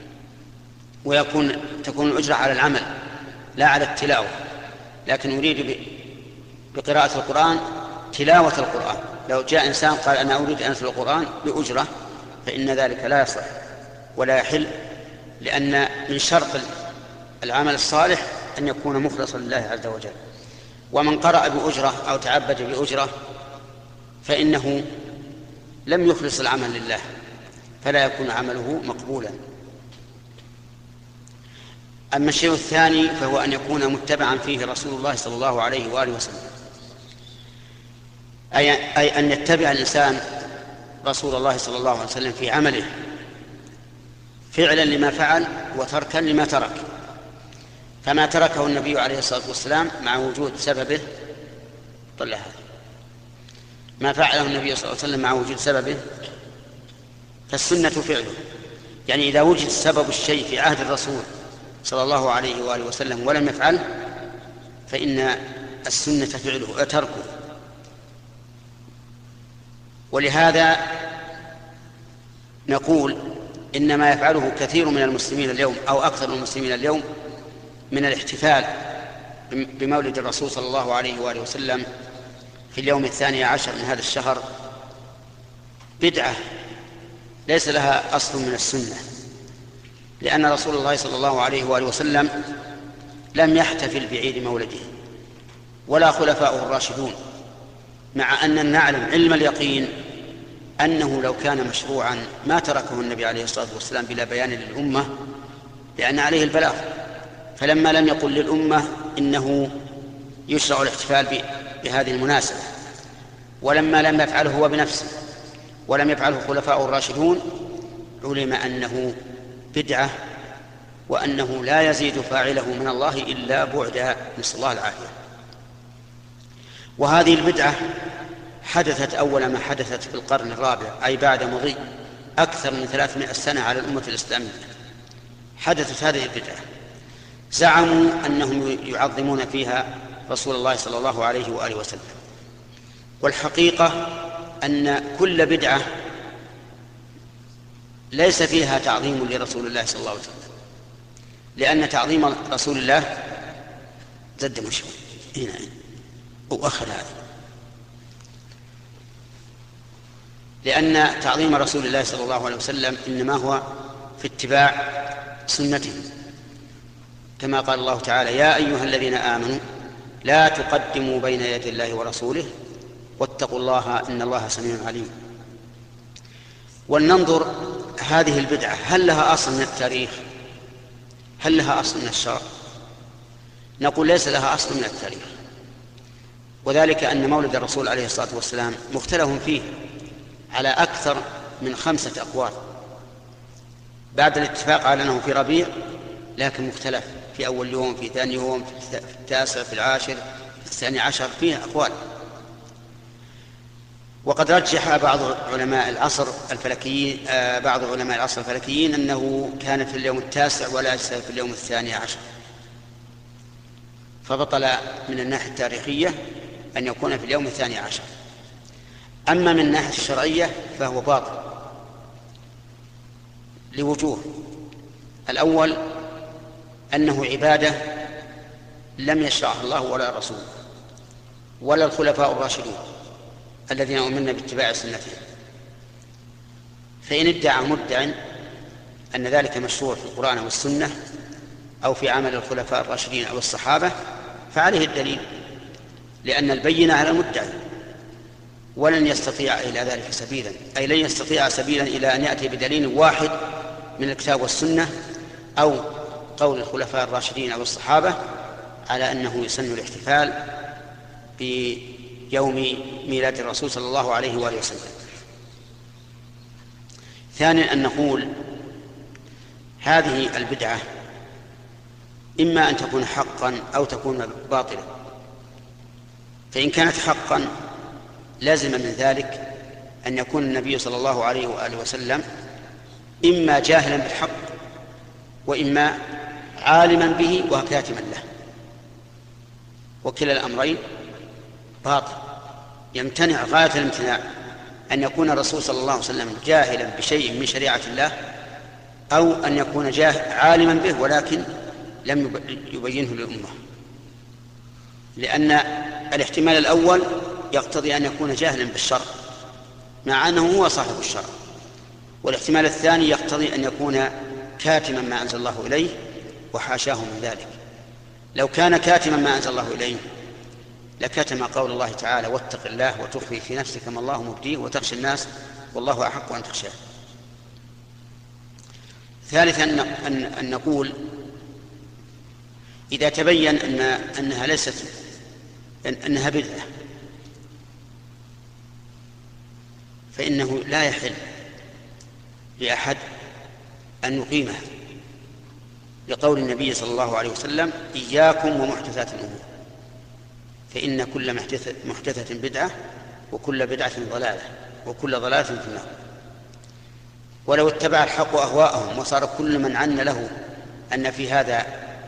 تكون الأجرة على العمل لا على التلاوة. لكن أريد بقراءة القرآن تلاوة القرآن. لو جاء إنسان قال: أنا أريد أن أتلو القرآن بأجرة، فإن ذلك لا يصح ولا يحل، لأن من شرط العمل الصالح أن يكون مخلصا لله عز وجل. ومن قرأ بأجرة أو تعبد بأجرة فإنه لم يخلص العمل لله، فلا يكون عمله مقبولا. أما الشيء الثاني فهو أن يكون متبعا فيه رسول الله صلى الله عليه وآله وسلم، أي أن يتبع الإنسان رسول الله صلى الله عليه وسلم في عمله، فعلا لما فعل وتركا لما ترك. فما تركه النبي عليه الصلاة والسلام مع وجود سببه، ما فعله النبي صلى الله عليه وسلم مع وجود سببه فالسنة فعله. يعني إذا وجد سبب الشيء في عهد الرسول صلى الله عليه وآله وسلم ولم يفعله فإن السنة فعله تركه. ولهذا نقول إن ما يفعله كثير من المسلمين اليوم أو أكثر من المسلمين اليوم من الاحتفال بمولد الرسول صلى الله عليه وآله وسلم في اليوم 12 من هذا الشهر بدعة ليس لها أصل من السنة، لأن رسول الله صلى الله عليه وآله وسلم لم يحتفل بعيد مولده ولا خلفاؤه الراشدون، مع أن نعلم علم اليقين أنه لو كان مشروعا ما تركه النبي عليه الصلاة والسلام بلا بيان للأمة، لأن عليه البلاغ. فلما لم يقل للأمة إنه يشرع الاحتفال بهذه المناسبة، ولما لم يفعله هو بنفسه ولم يفعله خلفاؤه الراشدون، علم أنه بدعة وأنه لا يزيد فاعله من الله إلا بعدا، نسأل الله العافية. وهذه البدعة حدثت أول ما حدثت في القرن الرابع، أي بعد مضي أكثر من 300 سنة على الأمة الإسلامية. حدثت هذه البدعة، زعموا أنهم يعظمون فيها رسول الله صلى الله عليه وآله وسلم، والحقيقة أن كل بدعة ليس فيها تعظيم لرسول الله صلى الله عليه وسلم، لأن تعظيم رسول الله زد مشهور هنا وأخر هذا، لأن تعظيم رسول الله صلى الله عليه وسلم إنما هو في اتباع سنته، كما قال الله تعالى: يا أيها الذين آمنوا لا تقدموا بين يدي الله ورسوله واتقوا الله إن الله سميع عليم. ولننظر هذه البدعة هل لها أصل من التاريخ؟ هل لها أصل من الشرع؟ نقول ليس لها أصل من التاريخ، وذلك أن مولد الرسول عليه الصلاة والسلام مختلف فيه على أكثر من 5 أقوال، بعد الاتفاق على أنه في ربيع، لكن مختلف في أول يوم، في ثاني يوم، في التاسع، في العاشر، في 12، فيه أقوال. وقد رجح بعض علماء العصر الفلكيين أنه كان في اليوم 9 وليس في اليوم 12، فبطل من الناحية التاريخية أن يكون في اليوم 12. أما من الناحية الشرعية فهو باطل لوجوه. الأول أنه عبادة لم يشرعها الله ولا الرسول ولا الخلفاء الراشدون الذين أمرنا باتباع سنتهم، فإن ادعى مدع أن ذلك مشروع في القرآن والسنة أو في عمل الخلفاء الراشدين أو الصحابة فعليه الدليل، لأن البينة على المدعي، ولن يستطيع إلى ذلك سبيلا، أي لن يستطيع سبيلا إلى أن يأتي بدليل واحد من الكتاب والسنة أو قول الخلفاء الراشدين أو الصحابة على أنه يسن الاحتفال بيوم ميلاد الرسول صلى الله عليه وآله وسلم. ثانيا أن نقول هذه البدعة إما أن تكون حقا أو تكون باطلا، فإن كانت حقا لازم من ذلك أن يكون النبي صلى الله عليه وآله وسلم إما جاهلا بالحق وإما عالما به وكاتما له، وكلا الأمرين باطل. يمتنع غاية الامتناع أن يكون الرسول صلى الله عليه وسلم جاهلا بشيء من شريعة الله أو أن يكون عالما به ولكن لم يبينه للأمة، لأن الاحتمال الأول يقتضي أن يكون جاهلا بالشرع مع أنه هو صاحب الشرع، والاحتمال الثاني يقتضي أن يكون كاتما ما أنزل الله إليه وحاشاه من ذلك. لو كان كاتما ما أنزل الله إليه لكتم قول الله تعالى واتق الله وتخفي في نفسك ما الله مبديه وتخشى الناس والله أحق أن تخشاه. ثالثا أن نقول إذا تبين أنها بدعة فإنه لا يحل لأحد أن يقيمها، لقول النبي صلى الله عليه وسلم إياكم ومحدثات الأمور فإن كل محدثة بدعة وكل بدعة ضلالة وكل ضلالة في النار. ولو اتبع الحق أهواءهم وصار كل من عن له أن في هذا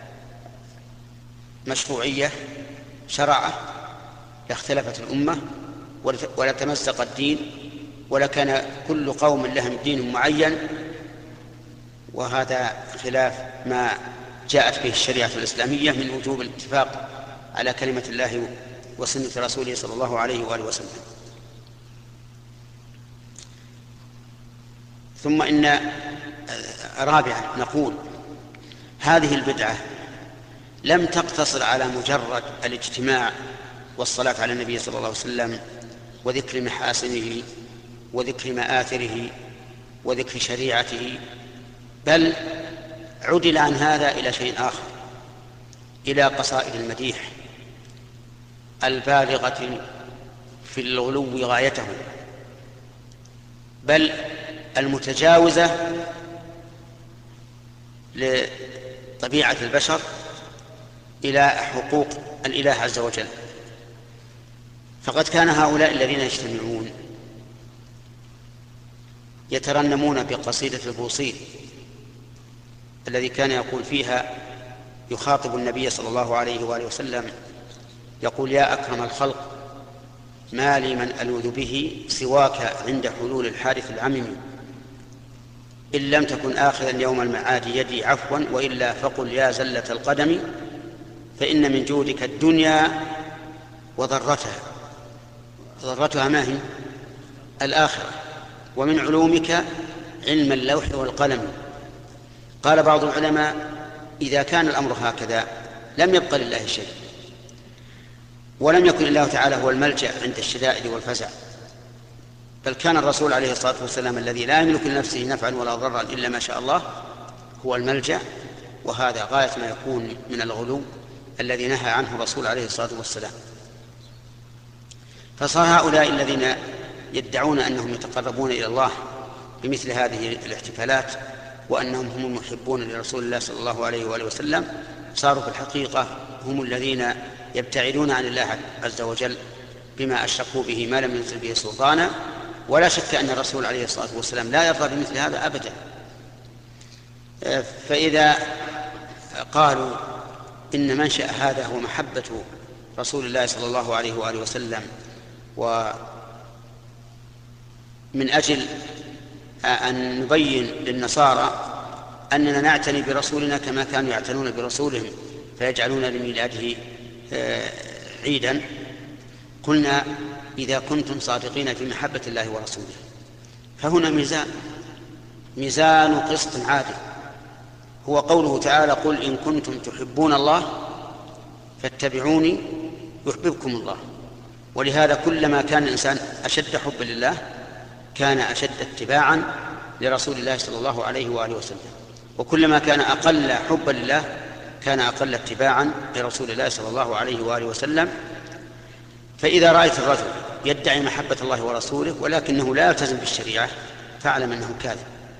مشروعية شرعه لاختلفت الأمة ولتمزق الدين ولكان كل قوم لهم دين معين، وهذا خلاف ما جاءت به الشريعة الإسلامية من وجوب الاتفاق على كلمة الله وسنة رسوله صلى الله عليه وآله وسلم. ثم إن رابعا نقول هذه البدعة لم تقتصر على مجرد الاجتماع والصلاة على النبي صلى الله عليه وسلم وذكر محاسنه وذكر مآثره وذكر شريعته، بل عدل عن هذا إلى شيء آخر، إلى قصائد المديح البالغة في الغلو غايته، بل المتجاوزة لطبيعة البشر إلى حقوق الإله عز وجل. فقد كان هؤلاء الذين يجتمعون يترنمون بقصيدة البوصير الذي كان يقول فيها يخاطب النبي صلى الله عليه وآله وسلم يقول يا أكرم الخلق ما لي من ألوذ به سواك عند حلول الحادث العمم، إن لم تكن آخذا يوم المعاد يدي عفوا وإلا فقل يا زلة القدم، فإن من جودك الدنيا وضرتها، ضرتها ما هي؟ الآخرة، ومن علومك علم اللوح والقلم. قال بعض العلماء إذا كان الأمر هكذا لم يبق لله شيء، ولم يكن الله تعالى هو الملجأ عند الشدائد والفزع، بل كان الرسول عليه الصلاة والسلام الذي لا يملك لنفسه نفعا ولا ضرا إلا ما شاء الله هو الملجأ، وهذا غاية ما يكون من الغلو الذي نهى عنه الرسول عليه الصلاة والسلام. فصار هؤلاء الذين يدعون أنهم يتقربون إلى الله بمثل هذه الاحتفالات وأنهم هم المحبون لرسول الله صلى الله عليه وآله وسلم، صاروا في الحقيقة هم الذين يبتعدون عن الله عز وجل بما أشركوا به ما لم ينزل به سلطانا. ولا شك أن الرسول عليه الصلاة والسلام لا يرضى بمثل هذا أبدا. فإذا قالوا إن منشأ هذا هو محبة رسول الله صلى الله عليه وآله وسلم، ومن أجل أن نبين للنصارى أننا نعتني برسولنا كما كانوا يعتنون برسولهم فيجعلون لميلاده عيدا، قلنا إذا كنتم صادقين في محبة الله ورسوله فهنا ميزان قسط عادل، هو قوله تعالى: قل إن كنتم تحبون الله فاتبعوني يحببكم الله. ولهذا كلما كان الإنسان أشد حبا لله كان أشد اتباعا لرسول الله صلى الله عليه وآله وسلم، وكلما كان أقل حبا لله كان أقل اتباعا لرسول الله صلى الله عليه وآله وسلم. فإذا رأيت الرجل يدعي محبة الله ورسوله ولكنه لا يلتزم بالشريعة فاعلم أنه كاذب،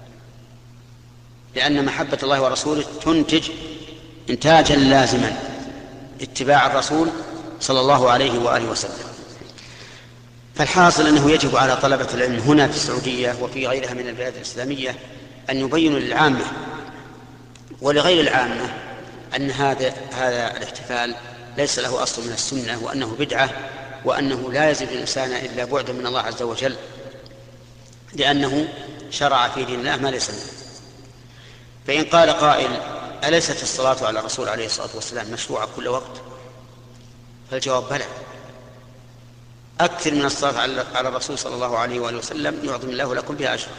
لأن محبة الله ورسوله تنتج إنتاجا لازما اتباع الرسول صلى الله عليه وآله وسلم. فالحاصل أنه يجب على طلبة العلم هنا في السعودية وفي غيرها من البلاد الإسلامية أن يبينوا للعامة ولغير العامة أن هذا الاحتفال ليس له أصل من السنة، وأنه بدعة، وأنه لا يزيد الإنسان إلا بعدا من الله عز وجل، لأنه شرع في دين الله ما ليس منه. فإن قال قائل: أليست الصلاة على الرسول عليه الصلاة والسلام مشروعة كل وقت؟ فالجواب: بلى، أكثر من الصلاة على الرسول صلى الله عليه وآله وسلم يعظم الله لكم بها أجرا،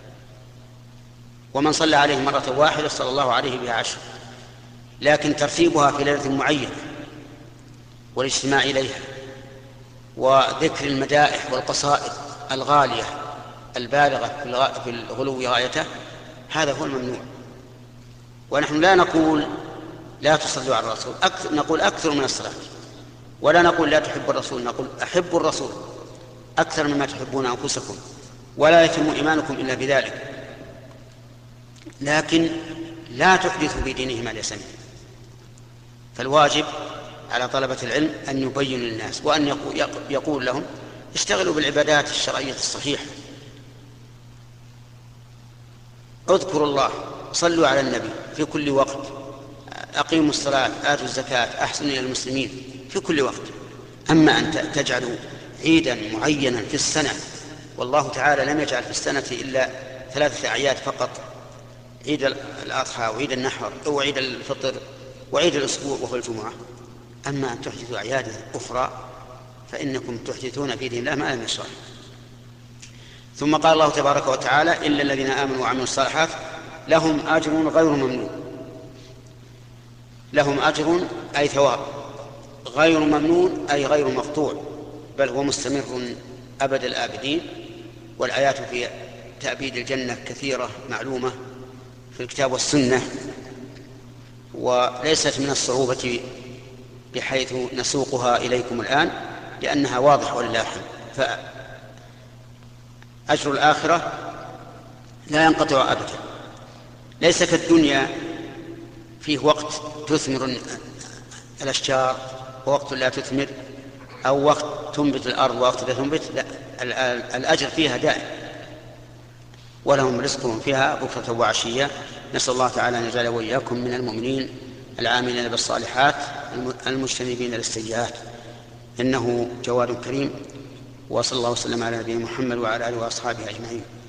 ومن صلى عليه مرة واحدة صلى الله عليه بها 10، لكن ترتيبها في ليلة معينة والاجتماع إليها وذكر المدائح والقصائد الغالية البالغة في الغلو غايته هذا هو الممنوع. ونحن لا نقول لا تصلوا على الرسول، نقول أكثر من الصلاة، ولا نقول لا تحب الرسول، نقول أحب الرسول أكثر مما تحبون أنفسكم، ولا يتم إيمانكم إلا بذلك، لكن لا تحدثوا في دينه ما ليس منه. فالواجب على طلبة العلم أن يبين للناس، وأن يقول لهم: اشتغلوا بالعبادات الشرعية الصحيحة، اذكروا الله، صلوا على النبي في كل وقت، أقيموا الصلاة، آتوا الزكاة، أحسنوا إلى المسلمين في كل وقت. أما أن تجعلوا عيدا معينا في السنة، والله تعالى لم يجعل في السنة إلا 3 أعياد فقط: عيد الأضحى وعيد النحر وعيد الفطر وعيد الأسبوع وهو الجمعة. أما أن تحدثوا أعياد أخرى فإنكم تحدثون في دين الله ما لم يشرع. ثم قال الله تبارك وتعالى: إلا الذين آمنوا وعملوا الصالحات لهم أجر غير ممنون. لهم أجر أي ثواب، غير ممنون أي غير مقطوع، بل هو مستمر أبد الآبدين. والآيات في تأبيد الجنة كثيرة معلومة في الكتاب والسنة، وليست من الصعوبة بحيث نسوقها إليكم الآن لأنها واضحة ولله الحمد. فأجر الآخرة لا ينقطع أبدا، ليس كالدنيا فيه وقت تثمر الأشجار ووقت لا تثمر، أو وقت تنبت الأرض ووقت لا تنبت، لا، الأجر فيها دائم، ولهم رزقهم فيها بكرة وعشية. نسأل الله تعالى أن يجعل وإياكم من المؤمنين العاملين بالصالحات المجتنبين للسيئات، إنه جواد كريم. وصلى الله وسلم على نبينا محمد وعلى آله وأصحابه أجمعين.